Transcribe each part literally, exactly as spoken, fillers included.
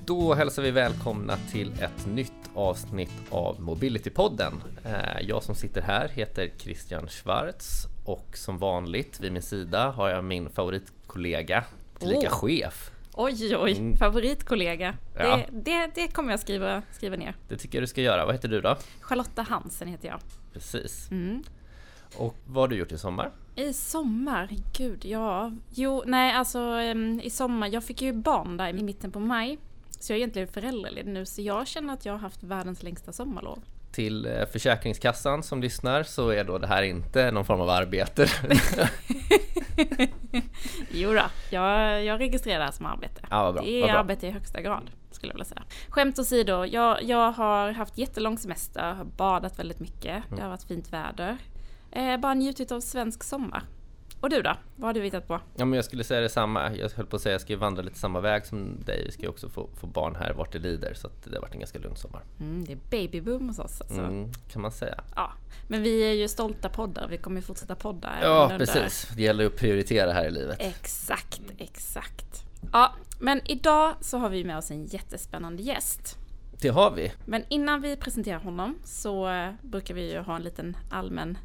Då hälsar vi välkomna till ett nytt avsnitt av Mobility-podden. Jag som sitter här heter Christian Schwarz och som vanligt vid min sida har jag min favoritkollega, tillika oh. chef. Oj, oj, mm. favoritkollega. Ja. Det, det, det kommer jag skriva, skriva ner. Det tycker jag du ska göra. Vad heter du då? Charlotta Hansen heter jag. Precis. Mm. Och vad har du gjort i sommar? I sommar? Gud, ja. Jo, nej, alltså i sommar. Jag fick ju barn där i mitten på maj. Så jag är egentligen föräldraledig nu. Så jag känner att jag har haft världens längsta sommarlov. Till Försäkringskassan som lyssnar så är då det här inte någon form av arbete. Jo då, jag, jag registrerar det här som arbete. Ja, vad bra, det är vad bra. arbete i högsta grad, skulle jag vilja säga. Skämt åsido, jag, jag har haft jättelång semester, har badat väldigt mycket. Mm. Det har varit fint väder. Eh, bara njutit av svensk sommar. Och du då? Vad har du hittat på? Ja, men jag skulle säga detsamma. Jag höll på att säga att jag ska vandra lite samma väg som dig. Vi ska också få, få barn här vart det lider. Så att det har varit en ganska lugn sommar. Mm, det är babyboom hos oss alltså. Mm, kan man säga. Ja, men vi är ju stolta poddar. Vi kommer ju fortsätta podda. Ja, precis. Det gäller att prioritera här i livet. Exakt, exakt. Ja, men idag så har vi med oss en jättespännande gäst. Det har vi. Men innan vi presenterar honom så brukar vi ju ha en liten allmän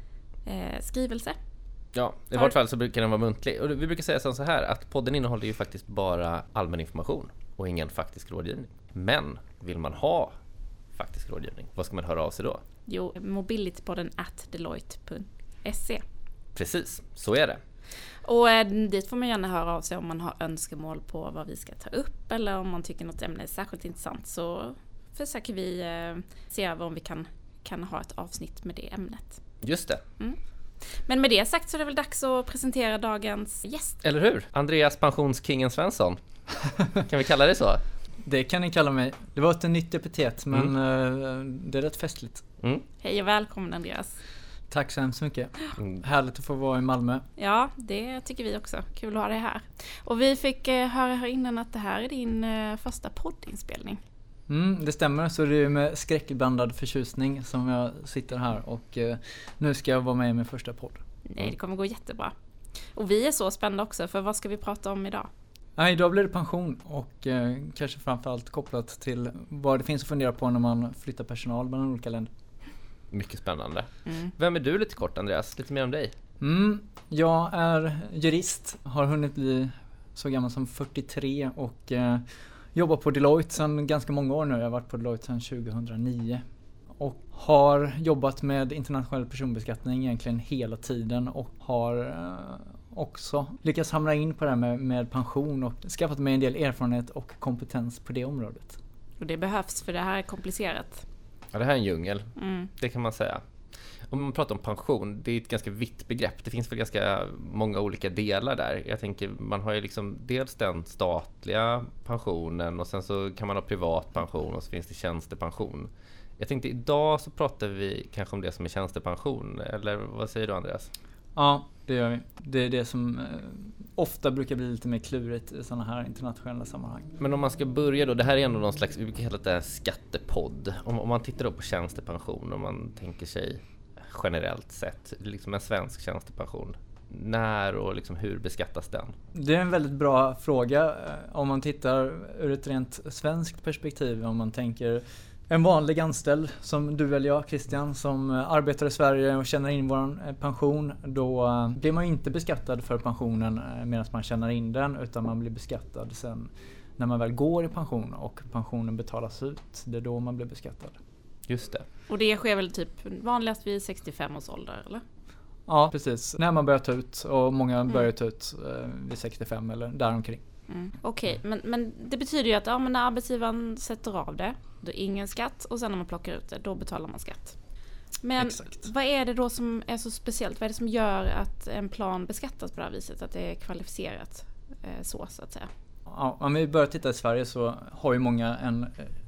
eh, skrivelse. Ja, i vart fall så brukar den vara muntlig. Och vi brukar säga så här att podden innehåller ju faktiskt bara allmän information och ingen faktisk rådgivning. Men vill man ha faktisk rådgivning, vad ska man höra av sig då? Jo, mobilitypodden at deloitte punkt se. Precis, så är det. Och eh, dit får man gärna höra av sig om man har önskemål på vad vi ska ta upp eller om man tycker något ämne är särskilt intressant, så försöker vi eh, se över om vi kan, kan ha ett avsnitt med det ämnet. Just det. Mm. Men med det sagt så är det väl dags att presentera dagens gäst. Eller hur? Andreas Pensionskingen Svensson. Kan vi kalla det så? Det kan ni kalla mig. Det var ett nytt epitet, men mm. det är rätt festligt. Mm. Hej och välkommen Andreas. Tack så hemskt mycket. Mm. Härligt att få vara i Malmö. Ja, det tycker vi också. Kul att ha dig här. Och vi fick höra här innan att det här är din första poddinspelning. Mm, det stämmer, så det är med skräckblandad förtjusning som jag sitter här och eh, nu ska jag vara med i min första podd. Nej, det kommer gå jättebra. Och vi är så spända också, för vad ska vi prata om idag? Ja, idag blir det pension och eh, kanske framförallt kopplat till vad det finns att fundera på när man flyttar personal mellan olika länder. Mycket spännande. Mm. Vem är du lite kort, Andreas? Lite mer om dig. Mm, jag är jurist, har hunnit bli så gammal som fyrtiotre och eh, jobbar på Deloitte sedan ganska många år nu. Jag har varit på Deloitte sedan tjugohundranio och har jobbat med internationell personbeskattning egentligen hela tiden och har eh, också lyckats hamna in på det här med, med pension och skaffat mig en del erfarenhet och kompetens på det området. Och det behövs, för det här är komplicerat. Ja, det här är en djungel. Mm. Det kan man säga. Om man pratar om pension, det är ett ganska vitt begrepp. Det finns väl ganska många olika delar där. Jag tänker, man har ju liksom dels den statliga pensionen och sen så kan man ha privat pension och så finns det tjänstepension. Jag tänkte idag så pratar vi kanske om det som är tjänstepension, eller vad säger du Andreas? Ja, det gör vi. Det är det som eh, ofta brukar bli lite mer klurigt i sådana här internationella sammanhang. Men om man ska börja då, det här är ändå någon slags, vi brukar kalla det skattepodd. Om, om man tittar då på tjänstepension, om man tänker sig generellt sett, liksom en svensk tjänstepension. När och liksom hur beskattas den? Det är en väldigt bra fråga om man tittar ur ett rent svenskt perspektiv. Om man tänker en vanlig anställd som du eller jag, Christian, som arbetar i Sverige och tjänar in vår pension, då blir man inte beskattad för pensionen medan man tjänar in den, utan man blir beskattad sen när man väl går i pension och pensionen betalas ut. Det är då man blir beskattad. Just det. Och det sker väl typ vanligast vid sextiofem års ålder, eller? Ja, precis. När man börjar ta ut, och många börjar ta ut eh, vid sextiofem eller däromkring. Mm. Okej, okay. men, men det betyder ju att ja, men när arbetsgivaren sätter av det, då är ingen skatt, och sen när man plockar ut det, då betalar man skatt. Men Exakt. Vad är det då som är så speciellt? Vad är det som gör att en plan beskattas på det här viset? Att det är kvalificerat eh, så, så att säga? Ja, om vi börjar titta i Sverige så har ju många en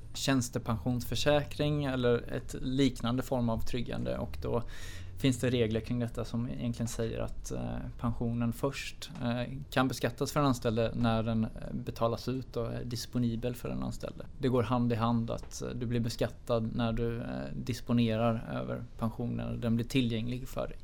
tjänstepensionsförsäkring eller ett liknande form av tryggande, och då finns det regler kring detta som egentligen säger att eh, pensionen först eh, kan beskattas för den anställde när den betalas ut och är disponibel för den anställde. Det går hand i hand att eh, du blir beskattad när du eh, disponerar över pensionen och den blir tillgänglig för dig.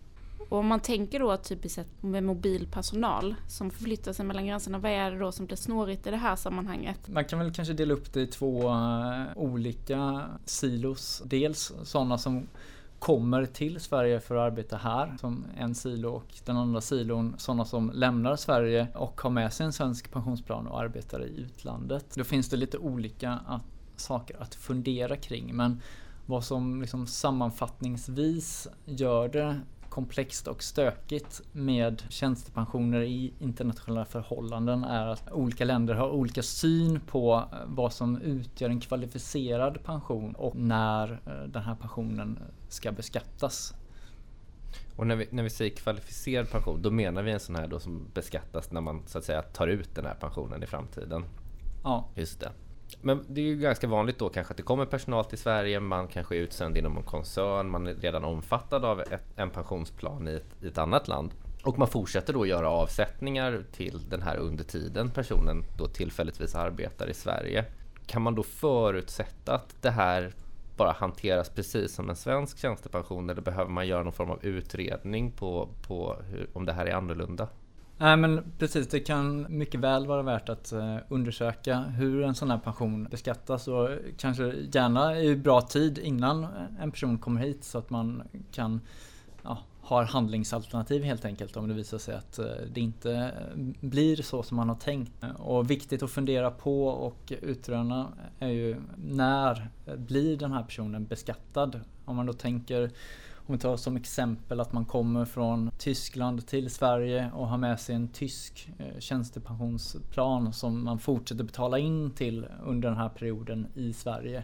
Och om man tänker då typiskt sett med mobilpersonal som förflyttar sig mellan gränserna, vad är det då som blir snårigt i det här sammanhanget? Man kan väl kanske dela upp det i två uh, olika silos. Dels sådana som kommer till Sverige för att arbeta här som en silo, och den andra silon sådana som lämnar Sverige och har med sig en svensk pensionsplan och arbetar i utlandet. Då finns det lite olika att, saker att fundera kring, men vad som liksom sammanfattningsvis gör det komplext och stökigt med tjänstepensioner i internationella förhållanden är att olika länder har olika syn på vad som utgör en kvalificerad pension och när den här pensionen ska beskattas. Och när vi, när vi säger kvalificerad pension, då menar vi en sån här då som beskattas när man så att säga tar ut den här pensionen i framtiden. Ja. Just det. Men det är ju ganska vanligt då kanske att det kommer personal till Sverige, man kanske är utsänd inom en koncern, man är redan omfattad av ett, en pensionsplan i ett, i ett annat land. Och man fortsätter då göra avsättningar till den här under tiden personen då tillfälligtvis arbetar i Sverige. Kan man då förutsätta att det här bara hanteras precis som en svensk tjänstepension, eller behöver man göra någon form av utredning på, på hur, om det här är annorlunda? Nej, men precis, det kan mycket väl vara värt att uh, undersöka hur en sån här pension beskattas, och kanske gärna i bra tid innan en person kommer hit så att man kan ja, ha handlingsalternativ helt enkelt om det visar sig att uh, det inte blir så som man har tänkt. Och viktigt att fundera på och utröna är ju när blir den här personen beskattad? Om man då tänker, om vi tar som exempel att man kommer från Tyskland till Sverige och har med sig en tysk eh, tjänstepensionsplan som man fortsätter betala in till under den här perioden i Sverige.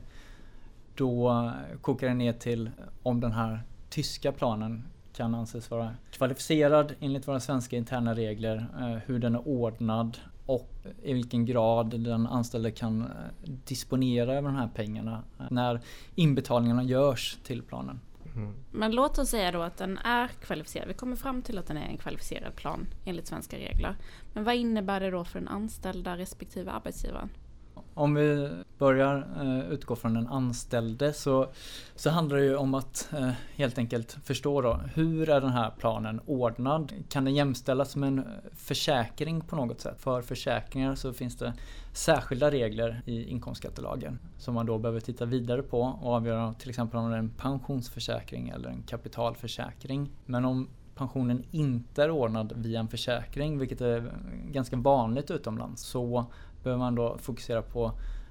Då kokar det ner till om den här tyska planen kan anses vara kvalificerad enligt våra svenska interna regler, eh, hur den är ordnad och i vilken grad den anställde kan disponera över de här pengarna när inbetalningarna görs till planen. Mm. Men låt oss säga då att den är kvalificerad. Vi kommer fram till att den är en kvalificerad plan enligt svenska regler. Men vad innebär det då för den anställda respektive arbetsgivaren? Om vi börjar eh, utgå från den anställde så, så handlar det ju om att eh, helt enkelt förstå då, hur är den här planen ordnad? Kan den jämställas med en försäkring på något sätt? För försäkringar så finns det särskilda regler i inkomstskattelagen som man då behöver titta vidare på och avgöra till exempel om det är en pensionsförsäkring eller en kapitalförsäkring. Men om pensionen inte är ordnad via en försäkring, vilket är ganska vanligt utomlands, så behöver man då fokusera på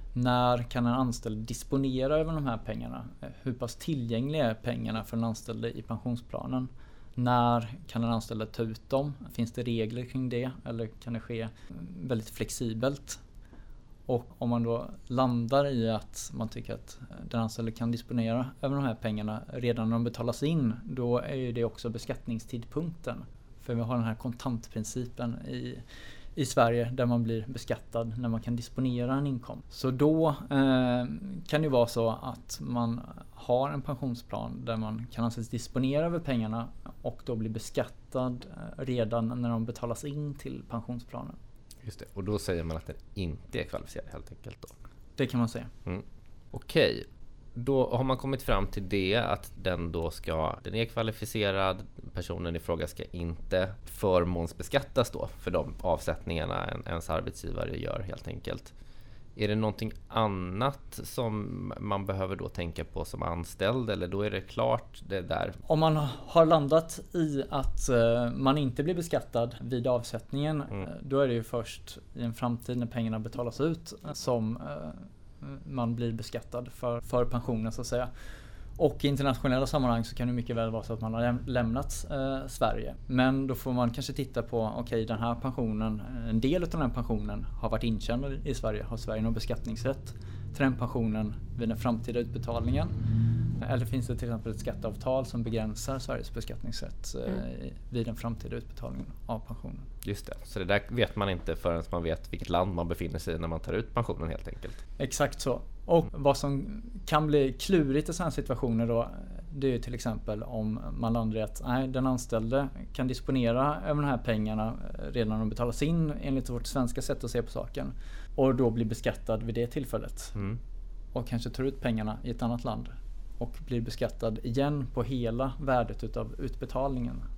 när kan en anställd disponera över de här pengarna? Hur pass tillgängliga är pengarna för en anställd i pensionsplanen? När kan en anställd ta ut dem? Finns det regler kring det eller kan det ske väldigt flexibelt? Och om man då landar i att man tycker att den anställde kan disponera över de här pengarna redan när de betalas in, då är ju det också beskattningstidpunkten. För vi har den här kontantprincipen i i Sverige där man blir beskattad när man kan disponera en inkomst. Så då eh, kan det vara så att man har en pensionsplan där man kan anses disponera över pengarna och då blir beskattad redan när de betalas in till pensionsplanen. Just det, och då säger man att den inte är kvalificerad helt enkelt då? Det kan man säga. Mm. Okej. Då har man kommit fram till det att den då ska, den är kvalificerad, personen i fråga ska inte förmånsbeskattas då för de avsättningarna en, ens arbetsgivare gör helt enkelt. Är det någonting annat som man behöver då tänka på som anställd, eller då är det klart det där? Om man har landat i att man inte blir beskattad vid avsättningen, mm. då är det ju först i en framtid när pengarna betalas ut som man blir beskattad för, för pensionen så att säga. Och i internationella sammanhang så kan det mycket väl vara så att man har lämnat eh, Sverige. Men då får man kanske titta på, okej okay, den här pensionen, en del av den här pensionen har varit intjänad i Sverige. Har Sverige någon beskattningsrätt till den pensionen vid den framtida utbetalningen? Eller finns det till exempel ett skatteavtal som begränsar Sveriges beskattningsrätt eh, mm. vid den framtida utbetalningen av pensionen? Just det, så det där vet man inte förrän man vet vilket land man befinner sig i när man tar ut pensionen helt enkelt. Exakt så. Och vad som kan bli klurigt i sådana situationer då, det är ju till exempel om man landar i att nej, den anställde kan disponera över de här pengarna redan när de betalas in enligt vårt svenska sätt att se på saken och då blir beskattad vid det tillfället. Mm. Och kanske tar ut pengarna i ett annat land och blir beskattad igen på hela värdet utav utbetalningen.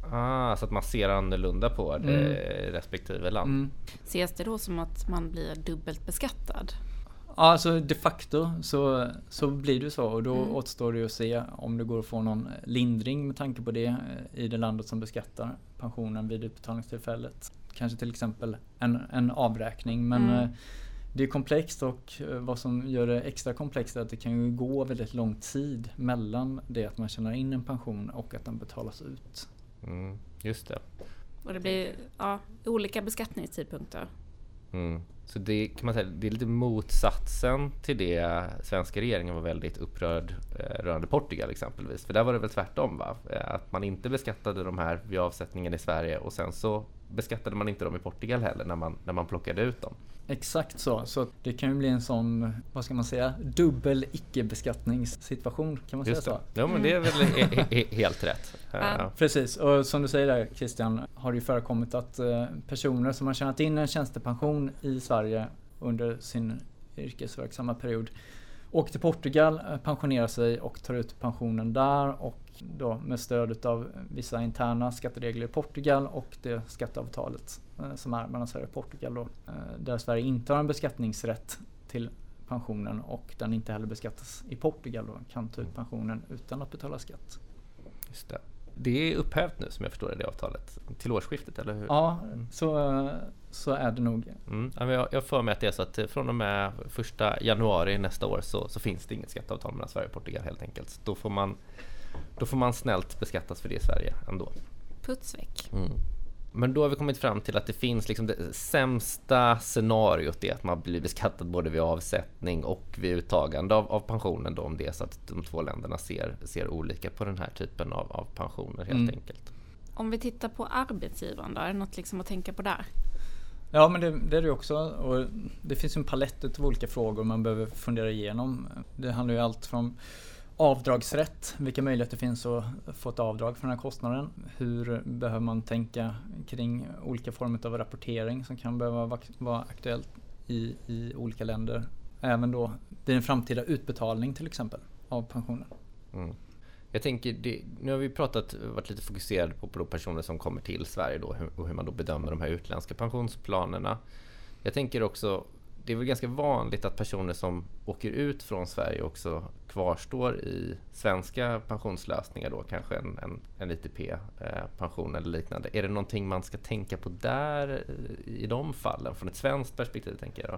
Ah, så att man ser annorlunda på det mm. respektive land. Mm. Ses det då som att man blir dubbelt beskattad? Ja, alltså de facto så, så blir det så och då mm. återstår det att se om det går att få någon lindring med tanke på det i det landet som beskattar pensionen vid utbetalningstillfället. Kanske till exempel en, en avräkning, men mm. det är komplext och vad som gör det extra komplext är att det kan ju gå väldigt lång tid mellan det att man tjänar in en pension och att den betalas ut. Mm, just det. Och det blir ja, olika beskattningstidpunkter. Mm. Så det kan man säga, det är lite motsatsen till det svenska regeringen var väldigt upprörd eh, rörande Portugal exempelvis. För där var det väl tvärtom, va? Att man inte beskattade de här vid avsättningen i Sverige och sen så beskattade man inte dem i Portugal heller när man, när man plockade ut dem. Exakt så. Så det kan ju bli en sån, vad ska man säga, dubbel icke-beskattningssituation, kan man Just säga det. så? Ja, men det är väl he- he- helt rätt. Ja. Precis, och som du säger där Christian, har det ju förekommit att personer som har tjänat in en tjänstepension i Sverige under sin yrkesverksamma period åker till Portugal, pensionerar sig och tar ut pensionen där och då med stöd av vissa interna skatteregler i Portugal och det skatteavtalet som är mellan Sverige och Portugal då, där Sverige inte har en beskattningsrätt till pensionen och den inte heller beskattas i Portugal då, kan ta ut pensionen utan att betala skatt. Just det. Det är upphävt nu som jag förstår det, det avtalet till årsskiftet, eller hur? Ja, så, så är det nog. Mm. Jag, jag får med att det är så att från och med första januari nästa år så, så finns det inget skatteavtal mellan Sverige och Portugal helt enkelt. Då får man, då får man snällt beskattas för det i Sverige ändå. Putsväck. Mm. Men då har vi kommit fram till att det finns liksom det sämsta scenariot är att man blir beskattad både vid avsättning och vid uttagande av, av pensionen då, om det är så att de två länderna ser, ser olika på den här typen av, av pensioner helt mm. enkelt. Om vi tittar på arbetsgivaren då, är det något liksom att tänka på där? Ja, men det, det är det också. Och det finns en palett av olika frågor man behöver fundera igenom. Det handlar ju allt från avdragsrätt, vilka möjligheter finns att få ett avdrag för den här kostnaden. Hur behöver man tänka kring olika former av rapportering som kan behöva vara aktuellt i, i olika länder. Även då vid en framtida utbetalning till exempel av pensionen. Mm. Jag tänker, det, nu har vi pratat, varit lite fokuserade på, på personer som kommer till Sverige då, och hur man då bedömer de här utländska pensionsplanerna. Jag tänker också, det är väl ganska vanligt att personer som åker ut från Sverige också kvarstår i svenska pensionslösningar då, kanske en, en, en I T P-pension eller liknande. Är det någonting man ska tänka på där i de fallen, från ett svenskt perspektiv tänker jag då?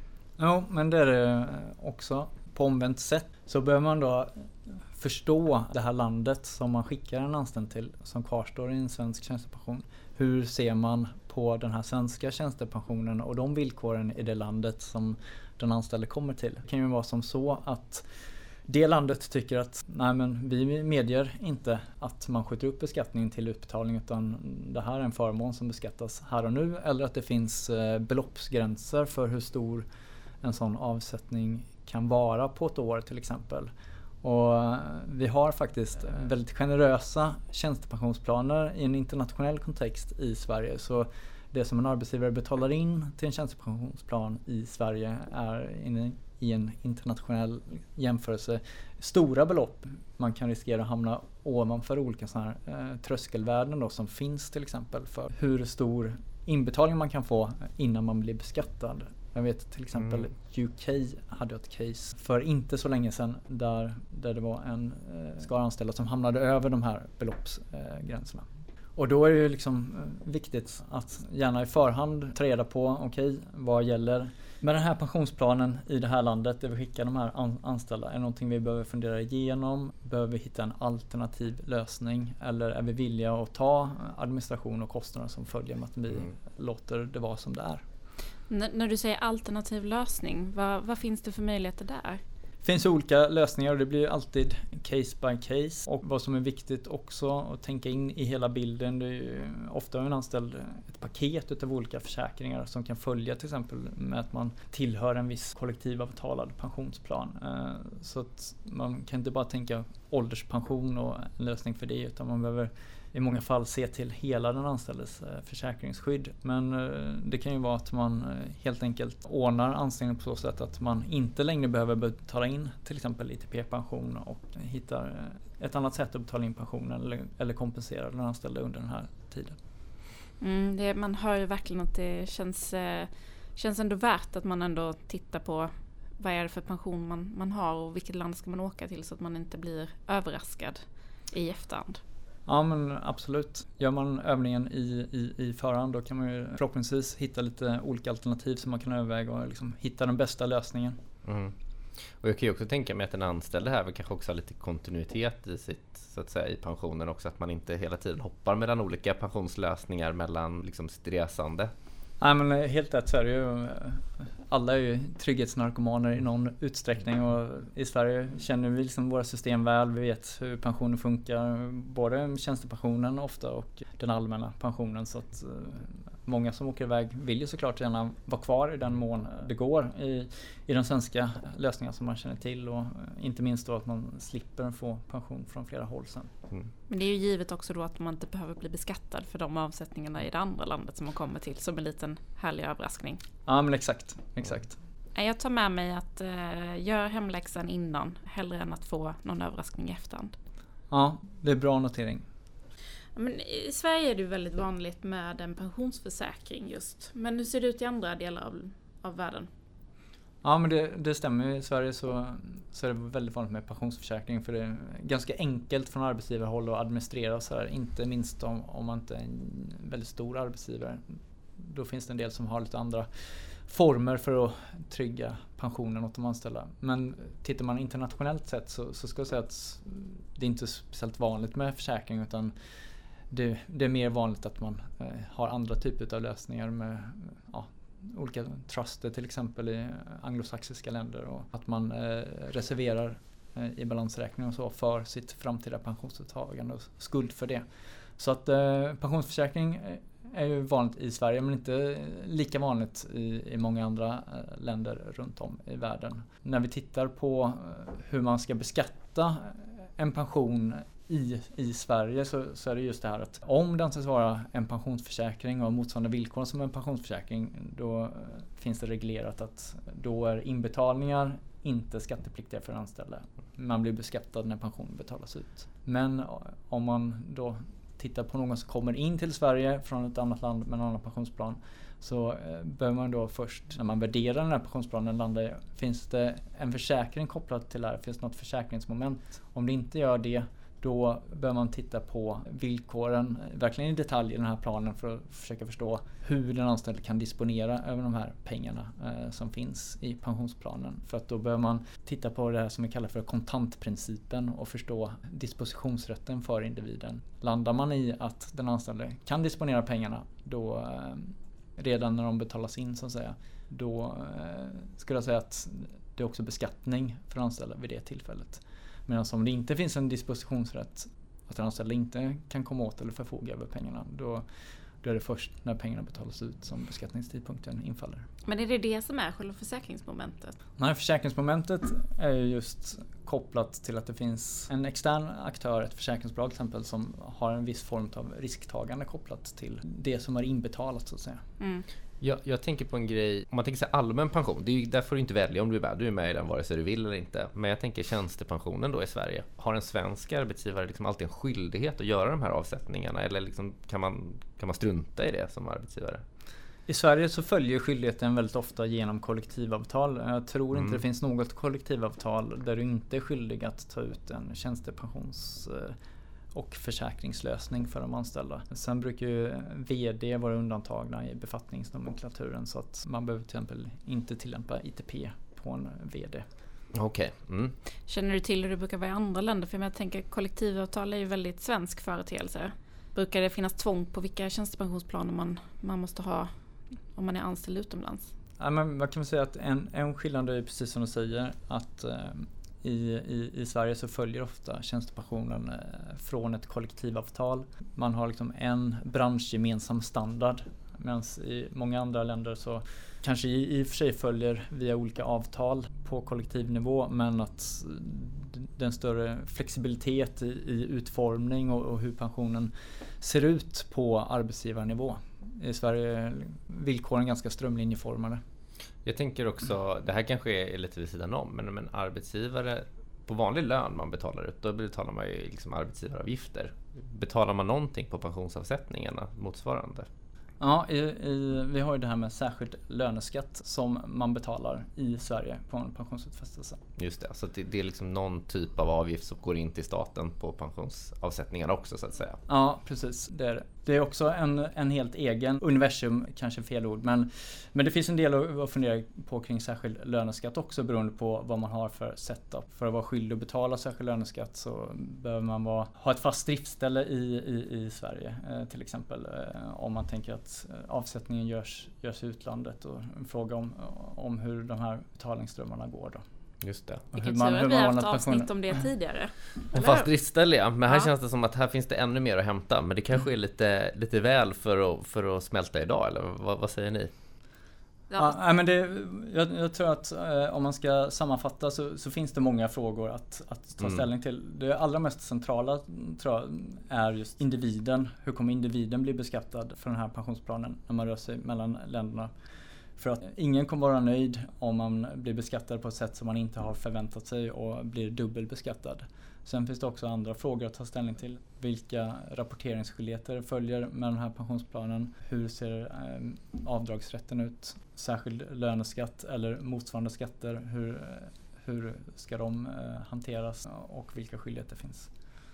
Ja, men det är det också. På omvänt sätt så behöver man då förstå det här landet som man skickar en anställd till som kvarstår i en svensk tjänstepension. Hur ser man på den här svenska tjänstepensionen och de villkoren i det landet som den anställde kommer till? Det kan ju vara som så att det landet tycker att nej, men vi medger inte att man skjuter upp beskattningen till utbetalning, utan det här är en förmån som beskattas här och nu, eller att det finns beloppsgränser för hur stor en sån avsättning kan vara på ett år till exempel. Och vi har faktiskt väldigt generösa tjänstepensionsplaner i en internationell kontext i Sverige. Så det som en arbetsgivare betalar in till en tjänstepensionsplan i Sverige är inne i en internationell jämförelse stora belopp. Man kan riskera att hamna ovanför olika sådana här eh, tröskelvärden då, som finns till exempel för hur stor inbetalning man kan få innan man blir beskattad. Jag vet till exempel mm. U K hade ett case för inte så länge sedan där, där det var en eh, skara anställda som hamnade över de här beloppsgränserna. Eh, och då är det ju liksom eh, viktigt att gärna i förhand ta reda på okej, okay, vad gäller med den här pensionsplanen i det här landet där vi skickar de här an- anställda. Är det någonting vi behöver fundera igenom? Behöver vi hitta en alternativ lösning? Eller är vi villiga att ta administration och kostnader som följer med att vi mm. låter det vara som det är? N- när du säger alternativ lösning, vad, vad finns det för möjligheter där? Det finns olika lösningar och det blir alltid case by case. Och vad som är viktigt också att tänka in i hela bilden, det är ju ofta en anställd ett paket utav olika försäkringar som kan följa till exempel med att man tillhör en viss kollektivavtalad pensionsplan. Så att man kan inte bara tänka ålderspension och en lösning för det, utan man behöver i många fall se till hela den anställdes försäkringsskydd. Men det kan ju vara att man helt enkelt ordnar anställningen på så sätt att man inte längre behöver betala in till exempel I T P-pension och hittar ett annat sätt att betala in pensionen eller, eller kompensera den anställda under den här tiden. Mm, det, man hör ju verkligen att det känns, eh, känns ändå värt att man ändå tittar på vad är det för pension man, man har och vilket land ska man åka till så att man inte blir överraskad i efterhand. Ja men absolut. Gör man övningen i, i, i förhand då kan man ju förhoppningsvis hitta lite olika alternativ som man kan överväga och liksom hitta den bästa lösningen. Mm. Och jag kan ju också tänka mig att den anställde här kanske också har lite kontinuitet i sitt, så att säga, i pensionen också, att man inte hela tiden hoppar mellan olika pensionslösningar mellan liksom sitt resande. Nej men helt rätt så är det ju. Alla är ju trygghetsnarkomaner i någon utsträckning och i Sverige känner vi liksom våra system väl. Vi vet hur pensionen funkar, både tjänstepensionen ofta och den allmänna pensionen, så att många som åker iväg vill ju såklart gärna vara kvar i den mån det går i, i den svenska lösningen som man känner till och inte minst då att man slipper få pension från flera håll sen. Mm. Men det är ju givet också då att man inte behöver bli beskattad för de avsättningarna i det andra landet som man kommer till, som en liten härlig överraskning. Ja men exakt, exakt. Jag tar med mig att uh, göra hemläxan innan hellre än att få någon överraskning i efterhand. Ja, det är bra notering. Men i Sverige är det väldigt vanligt med en pensionsförsäkring just. Men hur ser det ut i andra delar av, av världen? Ja men det, det stämmer. I Sverige så, så är det väldigt vanligt med pensionsförsäkring för det är ganska enkelt från arbetsgivarhåll att administrera så här. Inte minst om, om man inte är en väldigt stor arbetsgivare. Då finns det en del som har lite andra former för att trygga pensionen åt de anställda. Men tittar man internationellt sett så, så ska jag säga att det är inte speciellt vanligt med försäkring utan det, det är mer vanligt att man eh, har andra typer av lösningar med ja, olika truster till exempel i anglosaxiska länder och att man eh, reserverar eh, i balansräkning och så för sitt framtida pensionsåtagande och skuld för det. Så att eh, pensionsförsäkring är ju vanligt i Sverige men inte lika vanligt i, i många andra länder runt om i världen. När vi tittar på hur man ska beskatta en pension i, i Sverige så, så är det just det här att om det anses vara en pensionsförsäkring och motsvarande villkor som en pensionsförsäkring då finns det reglerat att då är inbetalningar inte skattepliktiga för anställda. Man blir beskattad när pensionen betalas ut. Men om man då tittar på någon som kommer in till Sverige från ett annat land med en annan pensionsplan så eh, behöver man då först när man värderar den här pensionsplanen landa i, finns det en försäkring kopplad till det här, finns det något försäkringsmoment? Om det inte gör det då behöver man titta på villkoren verkligen i detalj i den här planen för att försöka förstå hur den anställde kan disponera över de här pengarna eh, som finns i pensionsplanen. För att då behöver man titta på det här som vi kallar för kontantprincipen och förstå dispositionsrätten för individen. Landar man i att den anställde kan disponera pengarna då eh, redan när de betalas in så att säga, då eh, skulle jag säga att det är också beskattning för anställda vid det tillfället. Medan om det inte finns en dispositionsrätt, att den anställda inte kan komma åt eller förfoga över pengarna, då, då är det först när pengarna betalas ut som beskattningstidpunkten infaller. Men är det det som är själva försäkringsmomentet? Nej, försäkringsmomentet är ju just kopplat till att det finns en extern aktör, ett försäkringsbolag till exempel, som har en viss form av risktagande kopplat till det som är inbetalat så att säga. Mm. Jag, jag tänker på en grej, om man tänker sig allmän pension, det är ju, där får du inte välja om du är med, du är med i den vare sig du vill eller inte. Men jag tänker tjänstepensionen då i Sverige. Har en svensk arbetsgivare liksom alltid en skyldighet att göra de här avsättningarna eller liksom kan, man, kan man strunta i det som arbetsgivare? I Sverige så följer skyldigheten väldigt ofta genom kollektivavtal. Jag tror inte mm. det finns något kollektivavtal där du inte är skyldig att ta ut en tjänstepensions- och försäkringslösning för de anställda. Sen brukar ju vd vara undantagna i befattningsnomenklaturen så att man behöver till exempel inte tillämpa I T P på en vd. Okej. Okay. Mm. Känner du till hur det brukar vara i andra länder? För jag tänker kollektivavtal är ju väldigt svensk företeelse. Brukar det finnas tvång på vilka tjänstepensionsplaner man, man måste ha om man är anställd utomlands? Ja, men vad kan man säga att en, en skillnad är precis som du säger att eh, I, i, i Sverige så följer ofta tjänstepensionen eh, från ett kollektivavtal. Man har liksom en branschgemensam standard medan i många andra länder så kanske i, i och för sig följer via olika avtal på kollektivnivå men att den större flexibilitet i, i utformning och, och hur pensionen ser ut på arbetsgivarnivå. I Sverige är villkoren ganska strömlinjeformade. Jag tänker också, det här kanske är lite vid sidan om, men en arbetsgivare på vanlig lön man betalar ut, då betalar man ju liksom arbetsgivaravgifter. Betalar man någonting på pensionsavsättningarna motsvarande? Ja, i, i, vi har ju det här med särskild löneskatt som man betalar i Sverige på en pensionsutfästelse. Just det, så det, det är liksom någon typ av avgift som går in till staten på pensionsavsättningarna också så att säga. Ja, precis. Det är det. Det är också en, en helt egen universum, kanske fel ord, men, men det finns en del att, att fundera på kring särskild löneskatt också beroende på vad man har för setup. För att vara skyldig att betala särskild löneskatt så behöver man vara, ha ett fast driftställe i, i, i Sverige eh, till exempel. Eh, om man tänker att avsättningen görs, görs i utlandet och en fråga om, om hur de här betalningsströmmarna går då. Just det. Vilken tur att vi har haft avsnitt om det tidigare. En fast driftställe, ja. Men här ja. känns det som att här finns det ännu mer att hämta. Men det kanske är lite, lite väl för att, för att smälta idag, eller vad, vad säger ni? Ja, ja men det, jag, jag tror att eh, om man ska sammanfatta så, så finns det många frågor att, att ta mm. ställning till. Det allra mest centrala tror jag är just individen. Hur kommer individen bli beskattad för den här pensionsplanen när man rör sig mellan länderna? För att ingen kommer vara nöjd om man blir beskattad på ett sätt som man inte har förväntat sig och blir dubbelbeskattad. Sen finns det också andra frågor att ta ställning till. Vilka rapporteringsskyldigheter följer med den här pensionsplanen? Hur ser eh, avdragsrätten ut? Särskild löneskatt eller motsvarande skatter? Hur, hur ska de eh, hanteras och vilka skyldigheter finns?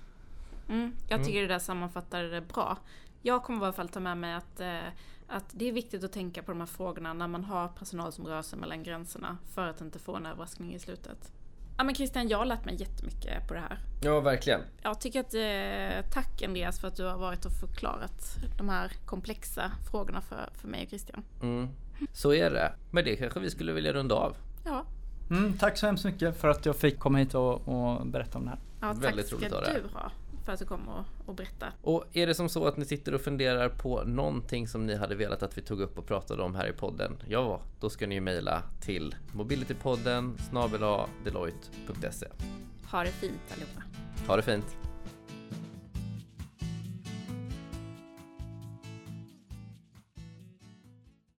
Mm, jag tycker mm. det där sammanfattar det bra. Jag kommer i alla fall ta med mig att, eh, att det är viktigt att tänka på de här frågorna när man har personal som rör sig mellan gränserna för att inte få en överraskning i slutet. Ja men Christian, jag har lärt mig jättemycket på det här. Ja, verkligen. Jag tycker att eh, tack Andreas för att du har varit och förklarat de här komplexa frågorna för, för mig och Christian. Mm. Så är det. Men det kanske vi skulle vilja runda av. Ja. Mm, tack så hemskt mycket för att jag fick komma hit och, och berätta om det här. Ja, tack Väldigt ska roligt att du ha för att du kom och, och berätta. Och är det som så att ni sitter och funderar på någonting som ni hade velat att vi tog upp och pratade om här i podden, ja, då ska ni ju mejla till mobilitypodden snabel-a deloitte punkt se. Ha det fint allihopa. Ha det fint.